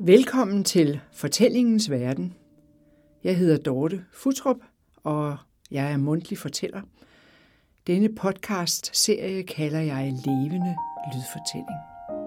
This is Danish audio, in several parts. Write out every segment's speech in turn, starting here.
Velkommen til Fortællingens Verden. Jeg hedder Dorte Futtrup, og jeg er mundtlig fortæller. Denne podcast-serie kalder jeg Levende Lydfortælling.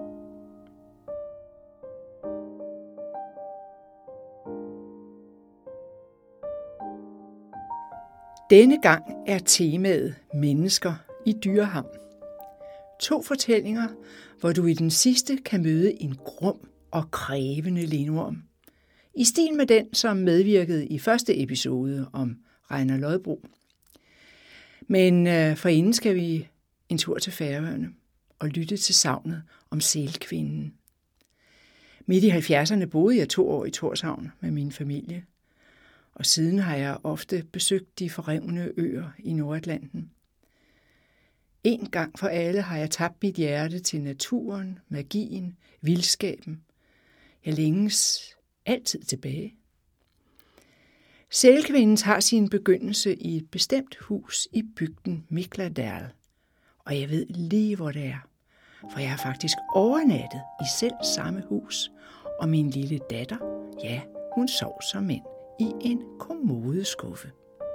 Denne gang er temaet mennesker i Dyrehavn. 2 fortællinger, hvor du i den sidste kan møde en grum og krævende lindorm. I stil med den, som medvirkede i første episode om Regnar Lodbrok. Men forinden skal vi en tur til Færøerne og lytte til sagnet om Sælkvinden. Midt i 70'erne boede jeg 2 år i Tórshavn med min familie, og siden har jeg ofte besøgt de forrevne øer i Nordatlanten. En gang for alle har jeg tabt mit hjerte til naturen, magien, vildskaben. Jeg længes altid tilbage. Sælkvinden har sin begyndelse i et bestemt hus i bygden Mikladal, og jeg ved lige, hvor det er, for jeg har faktisk overnattet i selv samme hus, og min lille datter, ja, hun sov som ind i en kommodeskuffe.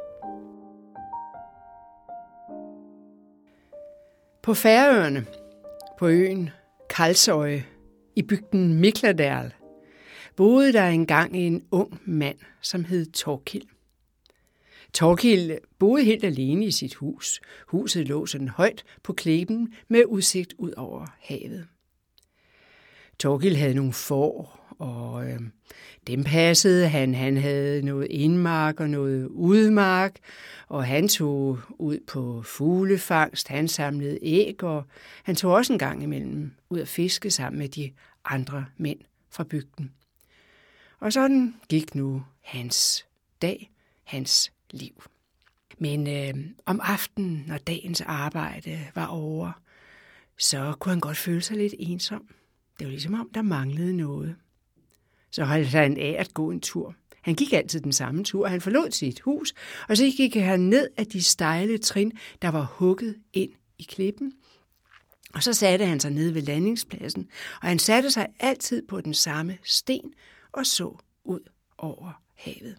På Færøerne, på øen Kalsoy i bygden Mikladal, boede der engang en ung mand, som hed Thorkild. Thorkild boede helt alene i sit hus. Huset lå sådan højt på klippen med udsigt ud over havet. Thorkild havde nogle får, og dem passede han. Han havde noget indmark og noget udmark, og han tog ud på fuglefangst. Han samlede æg, og han tog også en gang imellem ud at fiske sammen med de andre mænd fra bygden. Og sådan gik nu hans dag, hans liv. Men om aftenen, når dagens arbejde var over, så kunne han godt føle sig lidt ensom. Det var ligesom om, der manglede noget. Så holdt han af at gå en tur. Han gik altid den samme tur, og han forlod sit hus, og så gik han ned ad de stejle trin, der var hugget ind i klippen. Og så satte han sig ned ved landingspladsen, og han satte sig altid på den samme sten og så ud over havet.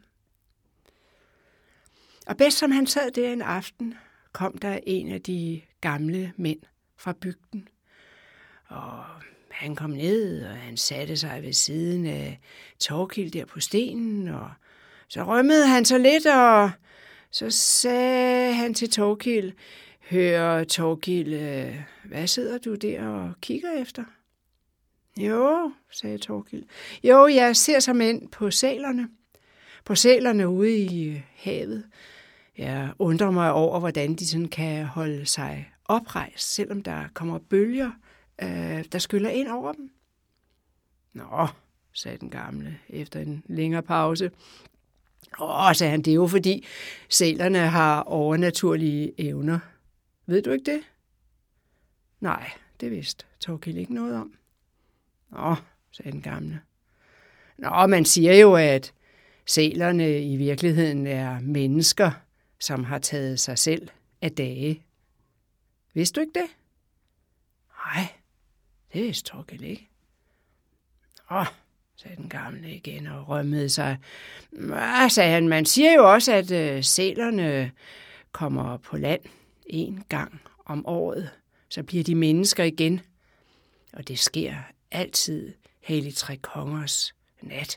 Og bedst som han sad der en aften, kom der en af de gamle mænd fra bygden. Og han kom ned, og han satte sig ved siden af Thorkild der på stenen, og så rømmede han så lidt, og så sagde han til Thorkild: "Hør, Thorkild, hvad sidder du der og kigger efter?" "Jo," sagde Thorkild. "Jo, jeg ser såmænd på sælerne. På sælerne ude i havet. Jeg undrer mig over, hvordan de sådan kan holde sig oprejst, selvom der kommer bølger, der skyller ind over dem." "Nå," sagde den gamle efter en længere pause. Sagde han, "det er jo fordi sælerne har overnaturlige evner. Ved du ikke det?" "Nej, det vidste Thorkild ikke noget om." "Nå," sagde den gamle. "Nå, man siger jo, at sælerne i virkeligheden er mennesker, som har taget sig selv af dage. Vidste du ikke det?" "Nej, det vidste Thorkild ikke." "Nå," sagde den gamle igen og rømmede sig. Sagde han, "man siger jo også, at sælerne kommer på land en gang om året. Så bliver de mennesker igen. Og det sker altid Hellig Tre Kongers nat."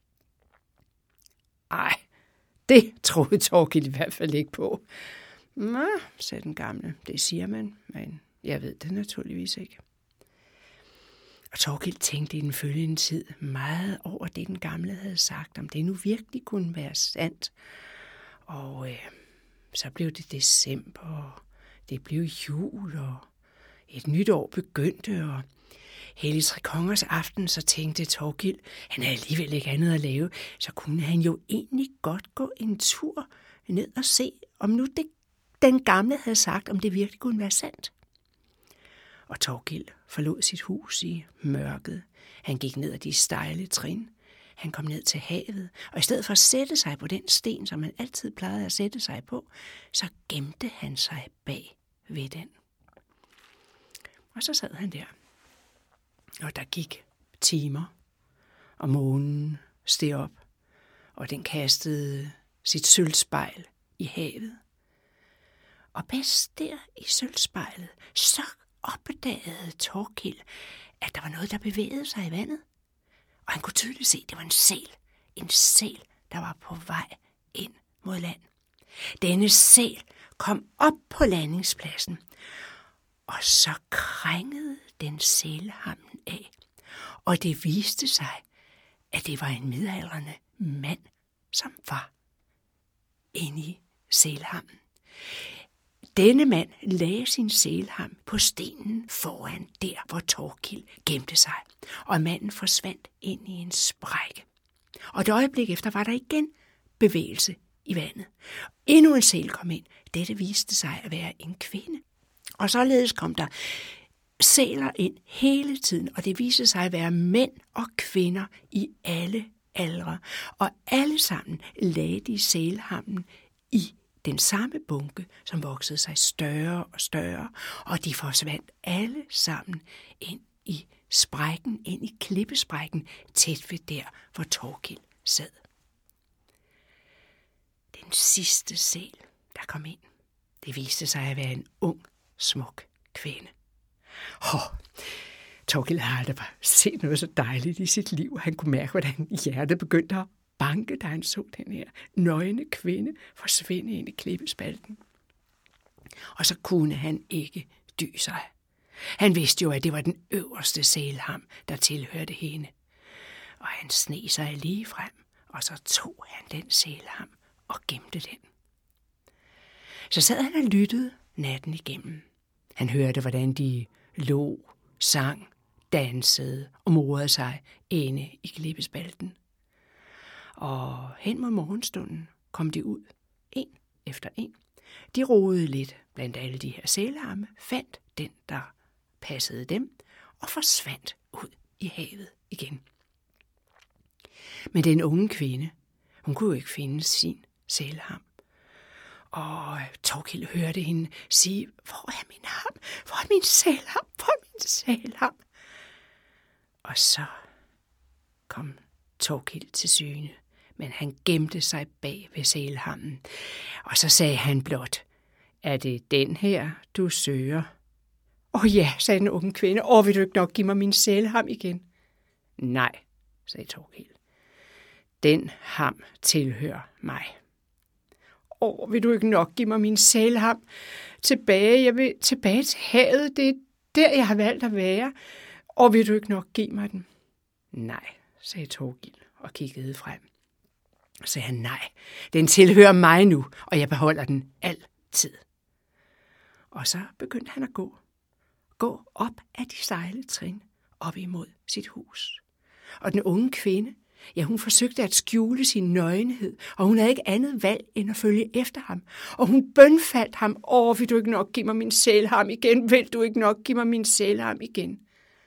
"Ej, det troede Thorkild i hvert fald ikke på." "Nå," sagde den gamle, "det siger man, men jeg ved det naturligvis ikke." Og Thorkild tænkte i den følgende tid meget over det, den gamle havde sagt, om det nu virkelig kunne være sandt. Og så blev det december, og det blev jul, og et nyt år begyndte, og Hellig Tre Kongers aften, så tænkte Thorkild, han havde alligevel ikke andet at lave, så kunne han jo egentlig godt gå en tur ned og se, om nu det, den gamle havde sagt, om det virkelig kunne være sandt. Og Thorkild forlod sit hus i mørket. Han gik ned ad de stejle trin. Han kom ned til havet, og i stedet for at sætte sig på den sten, som han altid plejede at sætte sig på, så gemte han sig bag ved den. Og så sad han der. Og der gik timer, og månen steg op, og den kastede sit sølvspejl i havet. Og bedst der i sølvspejlet, så opdagede Thorkild, at der var noget, der bevægede sig i vandet. Og han kunne tydeligt se, at det var en sæl. En sæl, der var på vej ind mod land. Denne sæl kom op på landingspladsen, og så krængede den sælhammen af. Og det viste sig, at det var en midaldrende mand, som var inde i sælhammen. Denne mand lagde sin sælham på stenen foran der, hvor Thorkild gemte sig, og manden forsvandt ind i en sprække. Og et øjeblik efter var der igen bevægelse i vandet. Endnu en sæl kom ind. Dette viste sig at være en kvinde. Og således kom der sæler ind hele tiden, og det viste sig at være mænd og kvinder i alle aldre. Og alle sammen lagde de sælhammen i den samme bunke, som voksede sig større og større, og de forsvandt alle sammen ind i sprækken, ind i klippesprækken, tæt ved der, hvor Thorkild sad. Den sidste sæl, der kom ind, det viste sig at være en ung, smuk kvinde. Thorkild havde aldrig set noget så dejligt i sit liv. Han kunne mærke, hvordan hjertet begyndte at banke, da han så den her nøgne kvinde forsvinde ind i klippespalten. Og så kunne han ikke dy sig. Han vidste jo, at det var den øverste sælham, der tilhørte hende. Og han sneg sig lige frem, og så tog han den sælham og gemte den. Så sad han og lyttede natten igennem. Han hørte, hvordan de lå, sang, dansede og morede sig inde i klippespalten. Og hen mod morgenstunden kom de ud, en efter en. De rodede lidt blandt alle de her sælhamme, fandt den, der passede dem, og forsvandt ud i havet igen. Men den unge kvinde, hun kunne jo ikke finde sin sælham. Og Thorkild hørte hende sige, hvor er min ham? Hvor er min sælham? Hvor er min sælham? Og så kom Thorkild til syne, men han gemte sig bag ved sælhammen. Og så sagde han blot, er det den her, du søger? Ja, sagde den unge kvinde. Vil du ikke nok give mig min sælham igen? Nej, sagde Thorkild. Den ham tilhører mig. Vil du ikke nok give mig min sælham tilbage? Jeg vil tilbage til havet. Det er der, jeg har valgt at være. Vil du ikke nok give mig den? Nej, sagde Thorkild og kiggede frem. Så sagde han, nej, den tilhører mig nu, og jeg beholder den altid. Og så begyndte han at gå op ad de stejle trin, op imod sit hus. Og den unge kvinde, hun forsøgte at skjule sin nøgenhed, og hun havde ikke andet valg end at følge efter ham. Og hun bønfaldt ham, vil du ikke nok give mig min sælham igen? Vil du ikke nok give mig min sælham igen?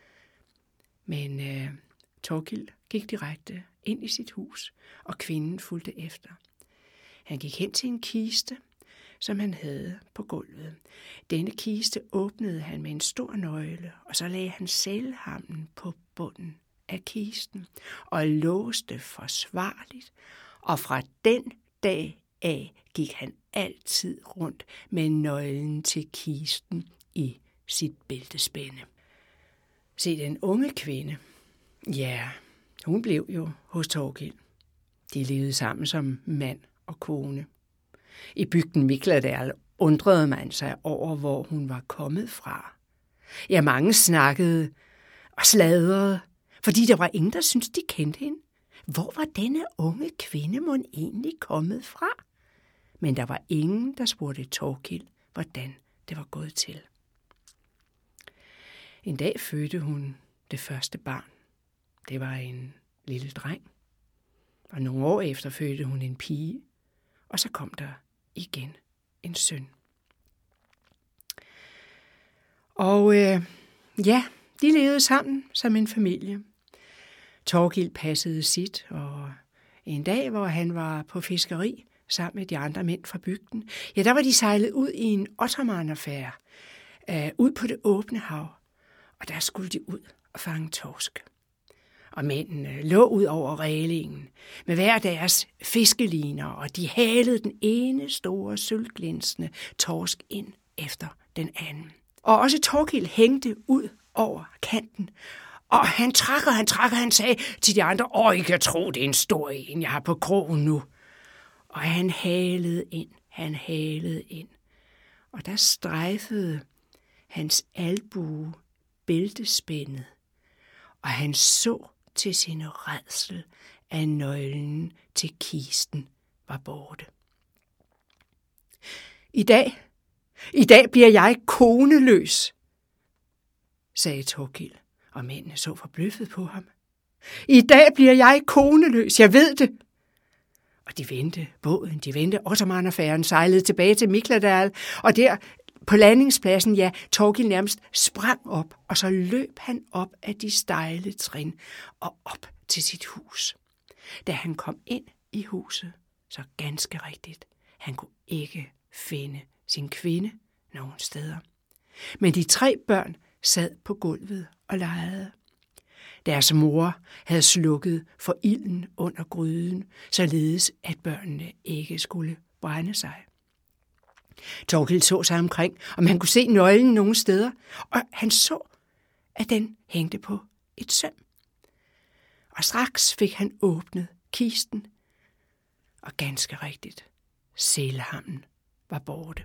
Men Thorkild gik direkte ind i sit hus, og kvinden fulgte efter. Han gik hen til en kiste, som han havde på gulvet. Denne kiste åbnede han med en stor nøgle, og så lagde han sælhammen på bunden af kisten og låste forsvarligt, og fra den dag af gik han altid rundt med nøglen til kisten i sit bæltespænde. Se, den unge kvinde, hun blev jo hos Thorkild. De levede sammen som mand og kone. I bygden Mikladal undrede man sig over, hvor hun var kommet fra. Mange snakkede og sladrede, fordi der var ingen, der syntes, de kendte hende. Hvor var denne unge kvinde mon egentlig kommet fra? Men der var ingen, der spurgte Thorkild, hvordan det var gået til. En dag fødte hun det første barn. Det var en lille dreng. Og nogle år efter fødte hun en pige. Og så kom der igen en søn. Og de levede sammen som en familie. Thorkild passede sit, og en dag, hvor han var på fiskeri sammen med de andre mænd fra bygden, der var de sejlet ud i en ottomanerfærge, ud på det åbne hav, og der skulle de ud og fange torsk. og mændene lå ud over rælingen med hver deres fiskeliner, og de halede den ene store sølvglinsende torsk ind efter den anden. Og også Thorkild hængte ud over kanten, og han sagde til de andre, I kan tro, det er en stor en, jeg har på krogen nu. Og han halede ind, og der strejfede hans albue bæltespændet, og han så til sin rædsel, at nøglen til kisten var borte. I dag bliver jeg koneløs, sagde Thorkild, og mændene så forbløffet på ham. I dag bliver jeg koneløs, jeg ved det. Og de vendte båden, Ottoman-affæren sejlede tilbage til Mikladal, og der på landingspladsen, ja, Thorkild nærmest sprang op, og så løb han op ad de stejle trin og op til sit hus. Da han kom ind i huset, så ganske rigtigt, han kunne ikke finde sin kvinde nogen steder. Men de 3 børn sad på gulvet og legede. Deres mor havde slukket for ilden under gryden, således at børnene ikke skulle brænde sig. Thorkild så sig omkring, om han kunne se nøglen nogen steder, og han så, at den hængte på et søm. Og straks fik han åbnet kisten, og ganske rigtigt, sælhammen var borte.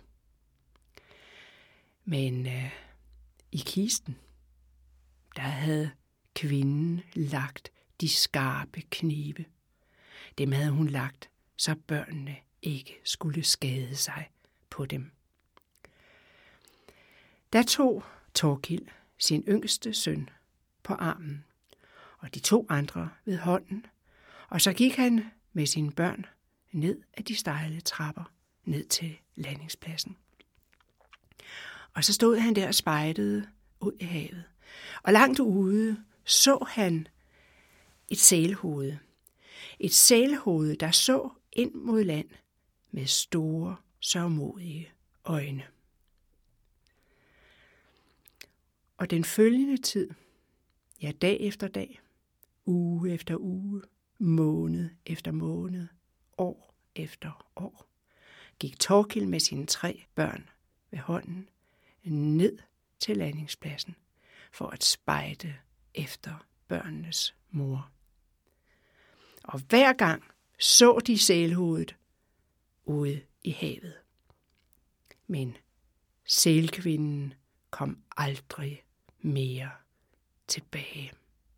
Men i kisten, der havde kvinden lagt de skarpe knive. Dem havde hun lagt, så børnene ikke skulle skade sig på dem. Der tog Thorkild sin yngste søn på armen, og de 2 andre ved hånden, og så gik han med sine børn ned ad de stejle trapper, ned til landingspladsen. Og så stod han der og spejdede ud i havet, og langt ude så han et sælhoved. Et sælhoved, der så ind mod land med store, sørgmodige øjne. Og den følgende tid, ja, dag efter dag, uge efter uge, måned efter måned, år efter år, gik Thorkild med sine 3 børn ved hånden ned til landingspladsen for at spejde efter børnenes mor. Og hver gang så de sælhovedet ude i havet. Men sælkvinden kom aldrig mere tilbage.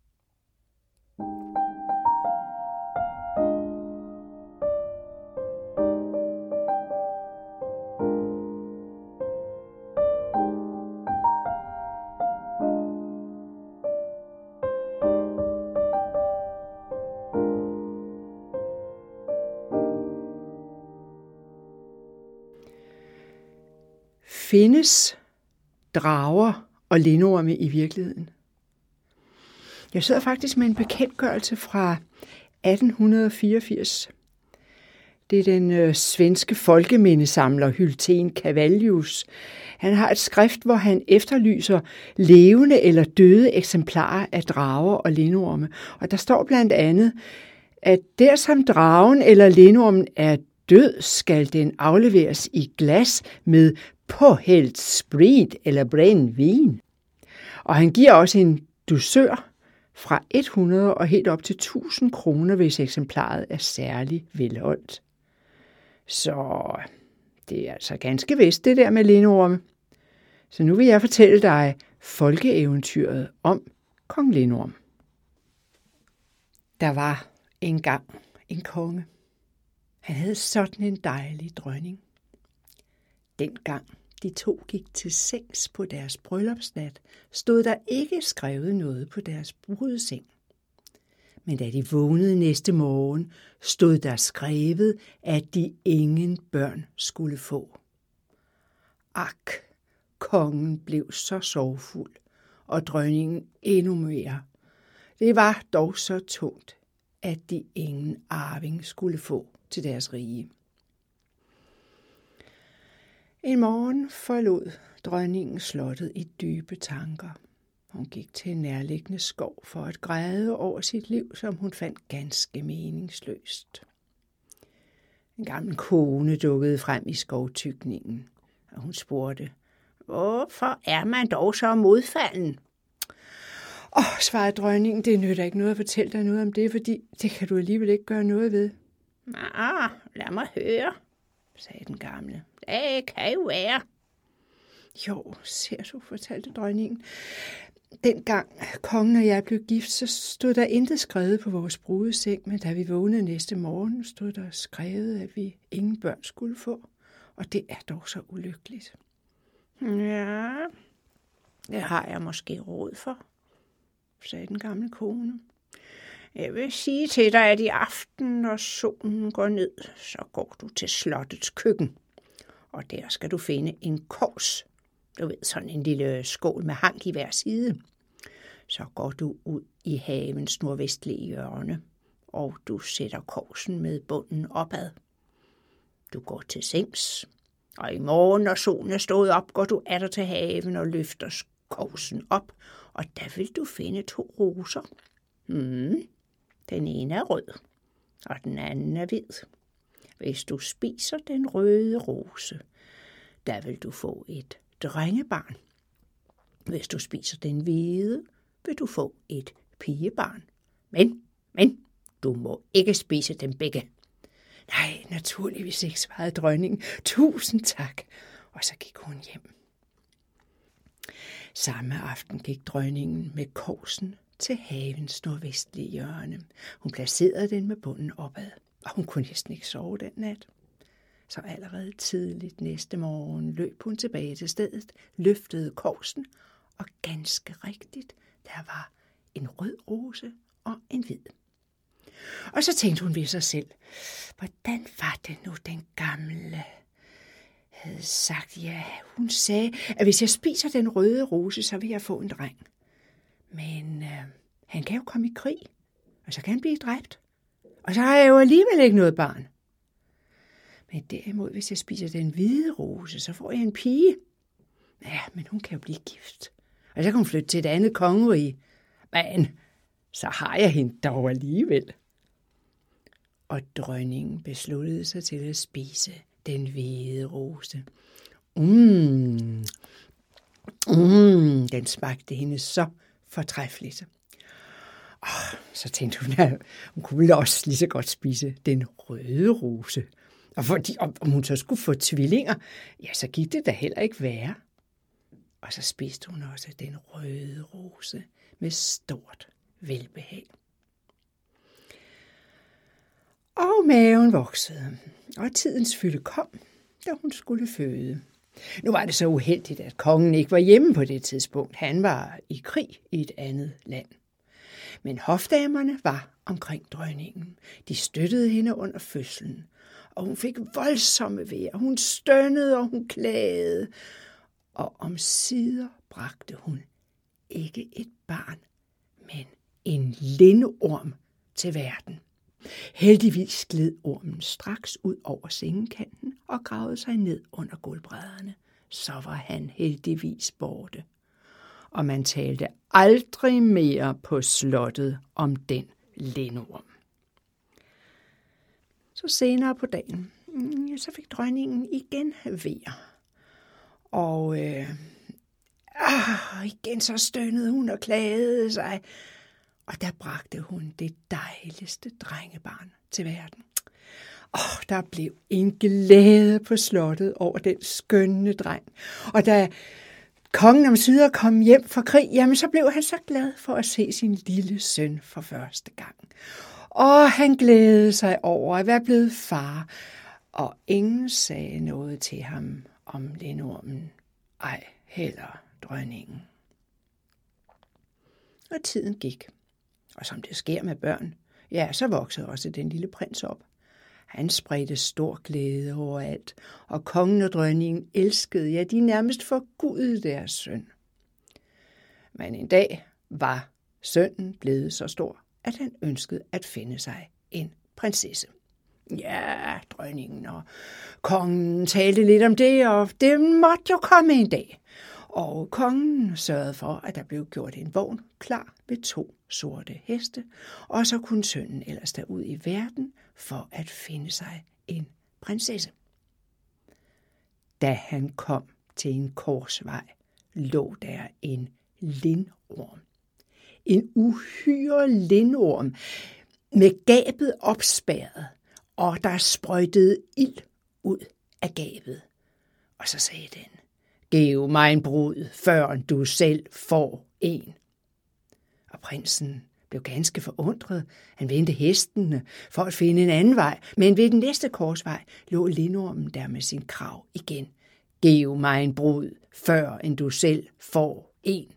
Findes drager og lindorme i virkeligheden? Jeg sidder faktisk med en bekendtgørelse fra 1884. Det er den svenske folkemindesamler Hylten Cavallius. Han har et skrift, hvor han efterlyser levende eller døde eksemplarer af drager og lindorme. Og der står blandt andet, at der som dragen eller lindormen er død, skal den afleveres i glas med påhældt sprit eller brændvin. Og han giver også en dusør fra 100 og helt op til 1000 kroner, hvis eksemplaret er særlig velholdt. Så det er altså ganske vist, det der med lindorme. Så nu vil jeg fortælle dig folkeeventyret om kong Lindorm. Der var engang en konge. Han havde sådan en dejlig dronning. Dengang de 2 gik til sengs på deres bryllupsnat, stod der ikke skrevet noget på deres brudseng. Men da de vågnede næste morgen, stod der skrevet, at de ingen børn skulle få. Ak, kongen blev så sorgfuld, og dronningen endnu mere. Det var dog så tungt, at de ingen arving skulle få til deres rige. En morgen forlod dronningen slottet i dybe tanker. Hun gik til en nærliggende skov for at græde over sit liv, som hun fandt ganske meningsløst. En gammel kone dukkede frem i skovtykningen, og hun spurgte, hvorfor er man dog så modfalden? Svarede dronningen, det nytter ikke noget at fortælle dig noget om det, fordi det kan du alligevel ikke gøre noget ved. Lad mig høre, sagde den gamle. Det kan jo være. Jo, ser du, fortalte dronningen. Dengang kongen og jeg blev gift, så stod der intet skrevet på vores brudeseng, men da vi vågnede næste morgen, stod der skrevet, at vi ingen børn skulle få. Og det er dog så ulykkeligt. Ja, det har jeg måske råd for, sagde den gamle kone. Jeg vil sige til dig, at i aften, når solen går ned, så går du til slottets køkken. Og der skal du finde en kors. Du ved, sådan en lille skål med hank i hver side. Så går du ud i havens nordvestlige hjørne, og du sætter korsen med bunden opad. Du går til sengs, og i morgen, når solen er stået op, går du atter til haven og løfter korsen op, og der vil du finde 2 roser. Den ene er rød, og den anden er hvid. Hvis du spiser den røde rose, der vil du få et drengebarn. Hvis du spiser den hvide, vil du få et pigebarn. Men, du må ikke spise dem begge. Nej, naturligvis ikke, svarede dronningen. 1000 tak. Og så gik hun hjem. Samme aften gik dronningen med korsen til havens nordvestlige hjørne. Hun placerede den med bunden opad, og hun kunne næsten ikke sove den nat. Så allerede tidligt næste morgen løb hun tilbage til stedet, løftede korsen, og ganske rigtigt, der var en rød rose og en hvid. Og så tænkte hun ved sig selv, hvordan var det nu den gamle havde sagt? Ja, hun sagde, at hvis jeg spiser den røde rose, så vil jeg få en dreng. Men han kan jo komme i krig, og så kan han blive dræbt. Og så har jeg jo alligevel ikke noget barn. Men derimod, hvis jeg spiser den hvide rose, så får jeg en pige. Ja, men hun kan jo blive gift. Og så kan hun flytte til et andet kongerige. Men så har jeg hende dog alligevel. Og dronningen besluttede sig til at spise den hvide rose. Den smagte hende så fortræffeligt. Så tænkte hun, at hun kunne vel også lige så godt spise den røde rose. Og fordi, om hun så skulle få tvillinger, ja, så gik det da heller ikke værre. Og så spiste hun også den røde rose med stort velbehag. Og maven voksede, og tidens fylde kom, da hun skulle føde. Nu var det så uheldigt, at kongen ikke var hjemme på det tidspunkt. Han var i krig i et andet land. Men hofdamerne var omkring dronningen. De støttede hende under fødslen, og hun fik voldsomme vejr. Hun stønnede, og hun klagede. Og omsider bragte hun ikke et barn, men en lindorm til verden. Heldigvis gled ormen straks ud over sengekanten og gravede sig ned under gulvbrædderne. Så var han heldigvis borte. Og man talte aldrig mere på slottet om den lindorm. Så senere på dagen, så fik dronningen igen vejr. Og igen så stønnede hun og klagede sig. Og der bragte hun det dejligste drengebarn til verden. Der blev en glæde på slottet over den skønne dreng. Og da kongen omsider kom hjem fra krig, jamen så blev han så glad for at se sin lille søn for første gang. Og han glædede sig over at være blevet far, og ingen sagde noget til ham om lindormen, ej heller dronningen. Og tiden gik, og som det sker med børn, ja, så voksede også den lille prins op. Han spredte stor glæde overalt, og kongen og dronningen elskede, ja, de nærmest forgudede deres søn. Men en dag var sønnen blevet så stor, at han ønskede at finde sig en prinsesse. Ja, dronningen og kongen talte lidt om det, og det måtte jo komme en dag. Og kongen sørgede for, at der blev gjort en vogn klar ved 2 sorte heste, og så kunne sønnen ellers tage ud i verden for at finde sig en prinsesse. Da han kom til en korsvej, lå der en lindorm. En uhyre lindorm med gabet opspærret, og der sprøjtede ild ud af gabet. Og så sagde den: "Giv mig en brud, før du selv får en." Og prinsen blev ganske forundret. Han vendte hestene for at finde en anden vej, men ved den næste korsvej lå lindormen der med sin krav igen. "Giv mig en brud, før end du selv får en."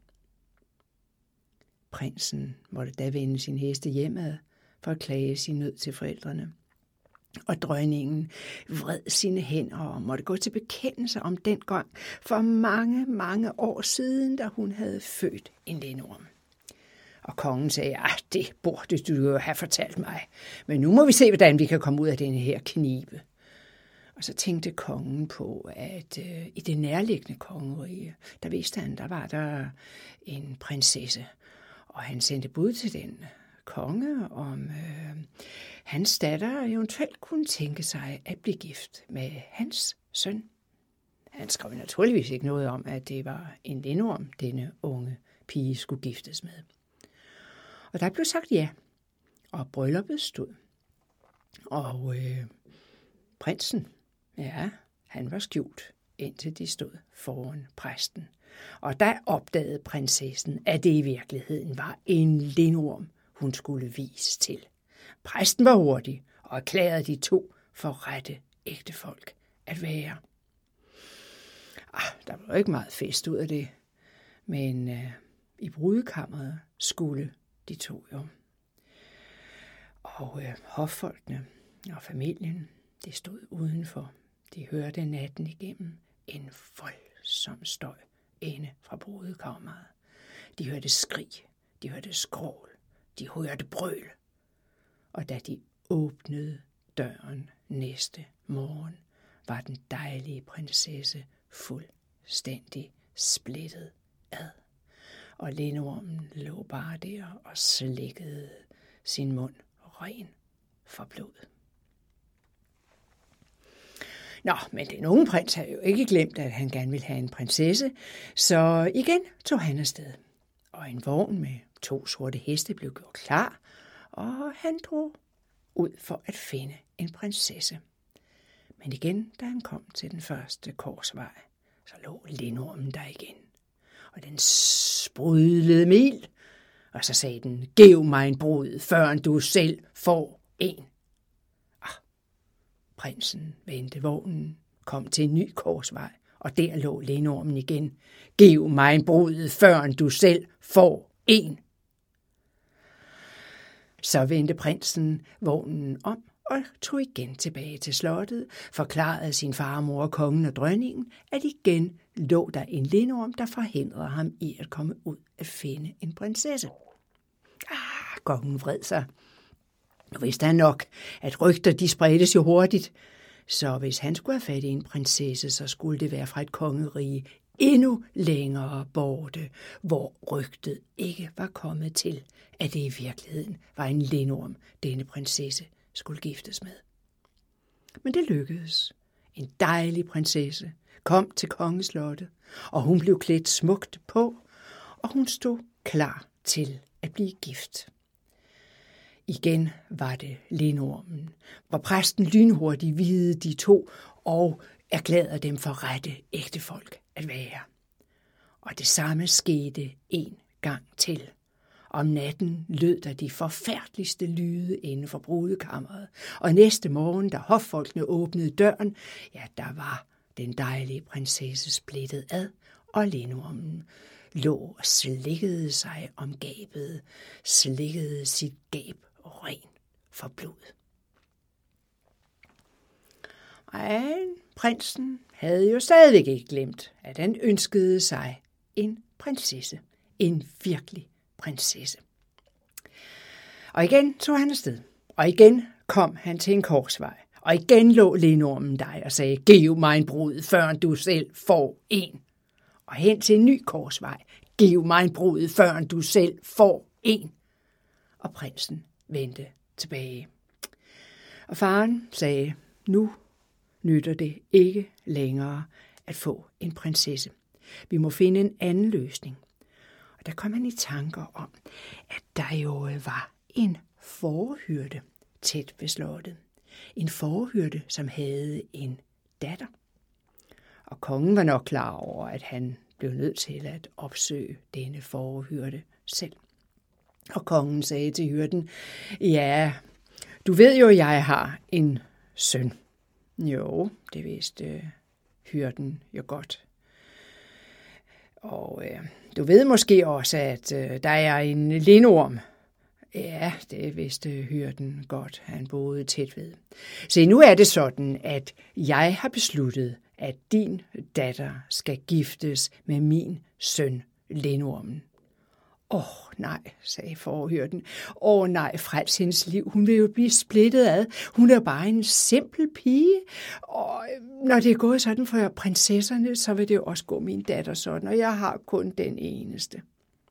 Prinsen måtte da vende sin heste hjemad for at klage sin nød til forældrene. Og dronningen vred sine hænder og måtte gå til bekendelse om den gang for mange, mange år siden, da hun havde født en lindorm. Og kongen sagde: "Det burde du jo have fortalt mig, men nu må vi se, hvordan vi kan komme ud af denne her knibe." Og så tænkte kongen på, at i det nærliggende kongerige, der vidste han, der var der en prinsesse, og han sendte bud til den konge, om hans datter eventuelt kunne tænke sig at blive gift med hans søn. Han skrev naturligvis ikke noget om, at det var en lindorm, denne unge pige skulle giftes med. Og der blev sagt ja, og brylluppet stod. Og prinsen, ja, han var skjult, indtil de stod foran præsten. Og der opdagede prinsessen, at det i virkeligheden var en lindorm, hun skulle vise til. Præsten var hurtig og erklærede de 2 for rette ægtefolk at være. Der var ikke meget fest ud af det, men i brudekammeret skulle de 2 jo. Og hoffolkene og familien, de stod udenfor. De hørte natten igennem en voldsom støj inde fra brudekammeret. De hørte skrig, de hørte skrål, de hørte brøl. Og da de åbnede døren næste morgen, var den dejlige prinsesse fuldstændig splittet ad. Og lindormen lå bare der og slikkede sin mund ren for blod. Nå, men den unge prins havde jo ikke glemt, at han gerne ville have en prinsesse, så igen tog han afsted. Og en vogn med 2 sorte heste blev gjort klar, og han drog ud for at finde en prinsesse. Men igen, da han kom til den første korsvej, så lå lindormen der igen. Og den sprudlede mil, og så sagde den: "Giv mig en brud, før du selv får en." Prinsen vendte vognen, kom til en ny korsvej, og der lå lindormen igen. "Giv mig en brud, før du selv får en." Så vendte prinsen vognen om og tog igen tilbage til slottet, forklarede sin farmor, kongen og dronningen, at igen lå der en lindorm, der forhindrede ham i at komme ud at finde en prinsesse. Kongen vred sig. Nu vidste han nok, at rygter de spredtes jo hurtigt, så hvis han skulle have fat i en prinsesse, så skulle det være fra et kongerige endnu længere borte, hvor rygtet ikke var kommet til, at det i virkeligheden var en lindorm, denne prinsesse skulle giftes med. Men det lykkedes. En dejlig prinsesse kom til kongeslottet, og hun blev klædt smukt på, og hun stod klar til at blive gift. Igen var det lindormen, hvor præsten lynhurtigt videde de 2 og erklærede dem for rette ægtefolk at være. Og det samme skete en gang til. Om natten lød der de forfærdeligste lyde inden for brudekammeret, og næste morgen, da hoffolkene åbnede døren, ja, der var den dejlige prinsesse splittet ad, og lindormen lå og slikkede sig om gabet, slikkede sit gab ren for blod. Men prinsen havde jo stadigvæk ikke glemt, at han ønskede sig en prinsesse, en virkelig prinsesse. Og igen tog han afsted, og igen kom han til en korsvej, og igen lå lindormen der og sagde: "Giv mig en brud, før du selv får en." og hen til en ny korsvej. Giv mig en brud, førend du selv får en. Og prinsen vendte tilbage. Og faren sagde, nu nytter det ikke længere at få en prinsesse. Vi må finde en anden løsning. Og der kom han i tanker om, at der jo var en fårehyrde tæt ved slottet. En fårehyrde, som havde en datter. Og kongen var nok klar over, at han blev nødt til at opsøge denne fårehyrde selv. Og kongen sagde til hyrden, ja, du ved jo, at jeg har en søn. Jo, det vidste hyrden jo godt. Og du ved måske også, at der er en lindorm. Ja, det vidste hyrden godt, han boede tæt ved. Se, nu er det sådan, at jeg har besluttet, at din datter skal giftes med min søn, lindormen. Nej, sagde fårehyrden. Nej, frels hendes liv. Hun vil jo blive splittet ad. Hun er bare en simpel pige. Og når det er gået sådan for prinsesserne, så vil det jo også gå min datter sådan, og jeg har kun den eneste.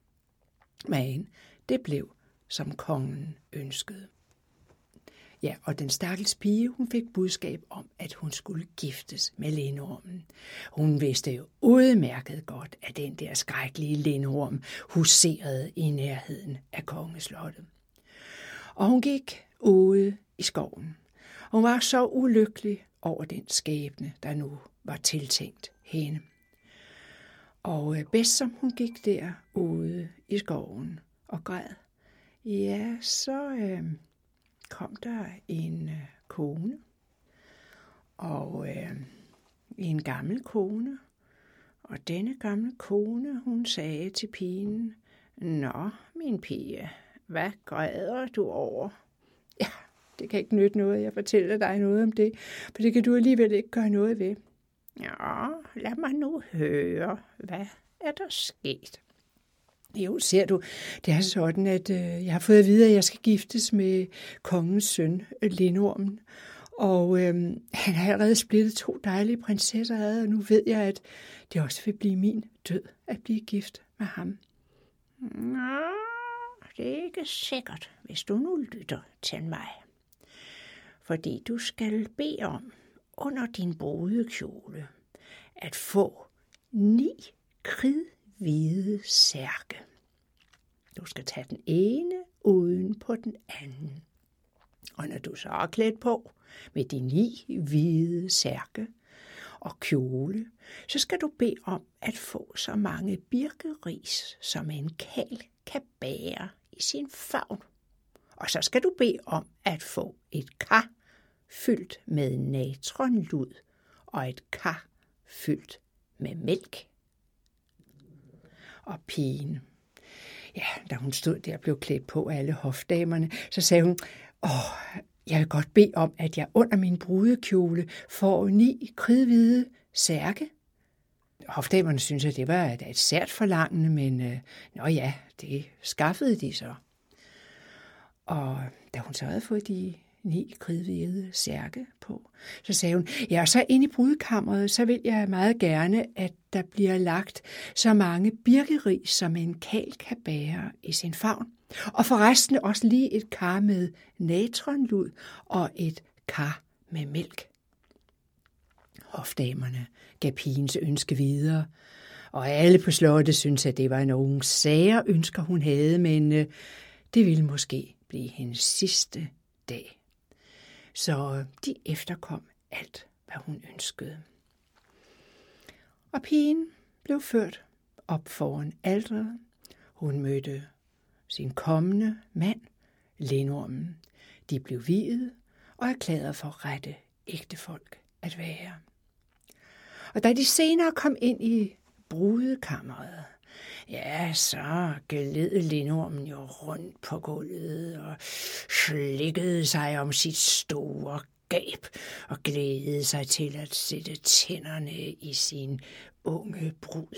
Men det blev, som kongen ønskede. Ja, og den stakkels pige, hun fik budskab om, at hun skulle giftes med lindormen. Hun vidste jo udmærket godt, at den der skrækkelige lindorm huserede i nærheden af kongeslottet. Og hun gik ude i skoven. Hun var så ulykkelig over den skæbne, der nu var tiltænkt hende. Og bedst som hun gik der ude i skoven og græd, ja, så kom der en kone, og en gammel kone, og denne gamle kone, hun sagde til pigen, nå, min pige, hvad græder du over? Ja, det kan ikke nytte noget, jeg fortæller dig noget om det, for det kan du alligevel ikke gøre noget ved. Ja, lad mig nu høre, hvad er der sket? Jo, ser du, det er sådan, at jeg har fået at vide, at jeg skal giftes med kongens søn, lindormen. Og han har allerede splittet 2 dejlige prinsesser ad, og nu ved jeg, at det også vil blive min død at blive gift med ham. Nå, det er ikke sikkert, hvis du nu lytter til mig. Fordi du skal bede om under din brudekjole at få 9 kridhvide særke. Du skal tage den ene uden på den anden. Og når du så er klædt på med de 9 hvide særke og kjole, så skal du bede om at få så mange birkeris, som en karl kan bære i sin favn. Og så skal du bede om at få et kar fyldt med natronlud og et kar fyldt med mælk. Og pigen, ja, da hun stod der og blev klædt på af alle hofdamerne, så sagde hun, jeg vil godt bede om, at jeg under min brudekjole får 9 kridhvide særke. Hofdamerne syntes, at det var et sært forlangende, men det skaffede de så. Og da hun så havde fået de 9 kridhvide særke på, så sagde hun, ja, og så inde i brudekammeret, så vil jeg meget gerne, at der bliver lagt så mange birkeris, som en karl kan bære i sin favn. Og forresten også lige et kar med natronlud og et kar med mælk. Hofdamerne gav pigens ønske videre, og alle på slottet syntes, at det var nogle sære ønsker, hun havde, men det ville måske blive hendes sidste dag. Så de efterkom alt, hvad hun ønskede. Og pigen blev ført op foran alteret. Hun mødte sin kommende mand, lindormen. De blev viet og erklæret for rette ægtefolk at være. Og da de senere kom ind i brudekammeret, ja, så gled lindormen jo rundt på gulvet og slikkede sig om sit store gab og glædede sig til at sætte tænderne i sin unge brud.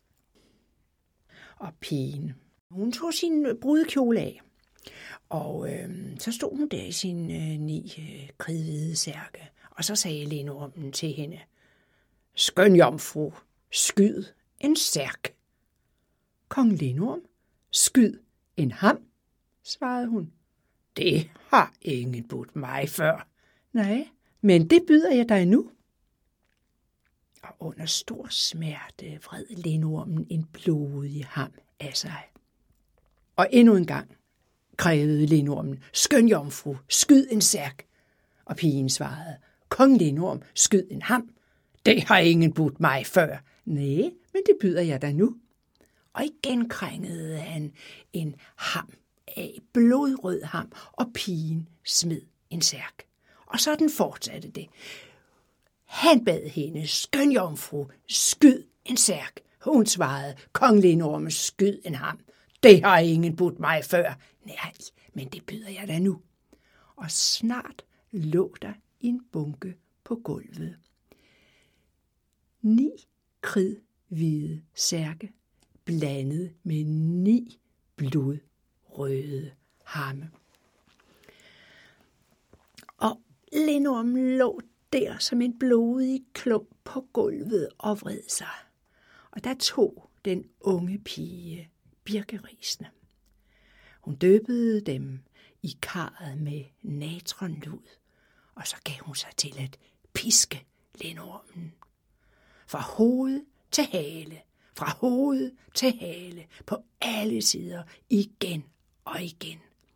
Og pigen, hun tog sin brudekjole af, og så stod hun der i sin 9 kridhvide særke, og så sagde lindormen til hende, skøn jomfru, skyd en særk. Kong Lindorm, skyd en ham, svarede hun. Det har ingen budt mig før. Nej, men det byder jeg dig nu. Og under stor smerte vred Lindormen en blodig ham af sig. Og endnu en gang krævede Lindormen, skøn jomfru, skyd en særk. Og pigen svarede, kong Lindorm, skyd en ham. Det har ingen budt mig før. Nej, men det byder jeg dig nu. Og igen krængede han en ham af, blodrød ham, og pigen smed en særk. Og sådan fortsatte det. Han bad hende, skøn jomfru, skyd en særk. Hun svarede, kong Lindorm, skyd en ham. Det har ingen budt mig før. Nej, men det byder jeg dig nu. Og snart lå der en bunke på gulvet. 9 kridhvide særke, blandet med 9 blodrøde hamme. Og Lindorm lå der som en blodig klump på gulvet og vred sig. Og der tog den unge pige birkerisene. Hun døbede dem i karret med natronlud, og så gav hun sig til at piske Lindormen. Fra hoved til hale, fra hoved til hale, på alle sider, igen og igen.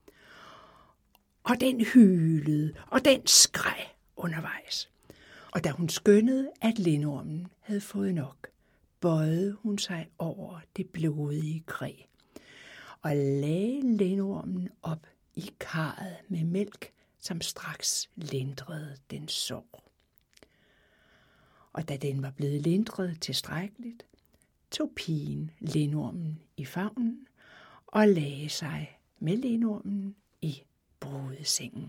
Og den hylede, og den skreg undervejs. Og da hun skønnede, at Lindormen havde fået nok, bøjede hun sig over det blodige kræ og lagde Lindormen op i karret med mælk, som straks lindrede den sorg. Og da den var blevet lindret tilstrækkeligt, tog pigen Lindormen i favnen og lagde sig med Lindormen i brudesengen.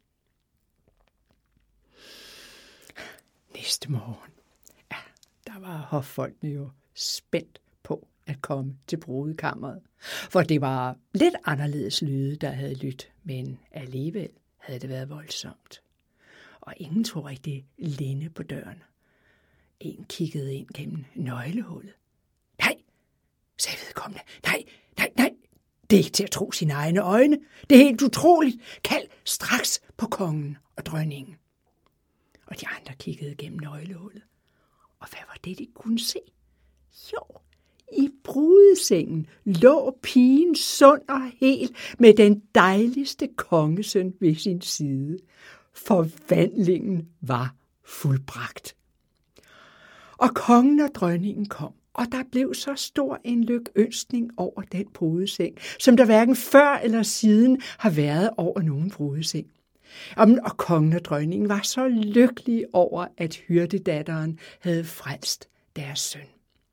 Næste morgen, der var hoffolkene jo spændt på at komme til brudekammeret, for det var lidt anderledes lyde, der havde lyttet, men alligevel havde det været voldsomt. Og ingen tog rigtig Linde på døren. En kiggede ind gennem nøglehullet. Nej, sagde vedkommende. Nej. Det er ikke til at tro sine egne øjne. Det er helt utroligt. Kald straks på kongen og dronningen. Og de andre kiggede gennem nøglehullet. Og hvad var det, de kunne se? Jo, i brudesengen lå pigen sund og hel med den dejligste kongesøn ved sin side. Forvandlingen var fuldbragt. Og kongen og dronningen kom, og der blev så stor en lykønskning over den brudeseng, som der hverken før eller siden har været over nogen brudeseng. Og kongen og dronningen var så lykkelige over, at hyrdedatteren havde frelst deres søn.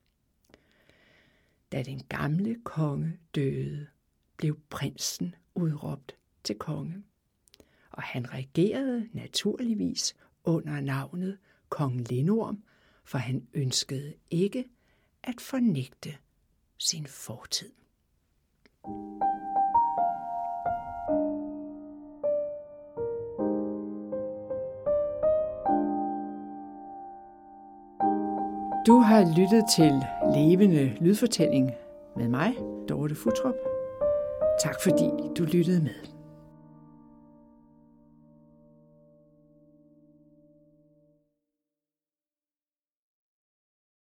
Da den gamle konge døde, blev prinsen udråbt til konge. Og han regerede naturligvis under navnet kong Lindorm, for han ønskede ikke at fornægte sin fortid. Du har lyttet til Levende Lydfortælling med mig, Dorte Futtrup. Tak fordi du lyttede med.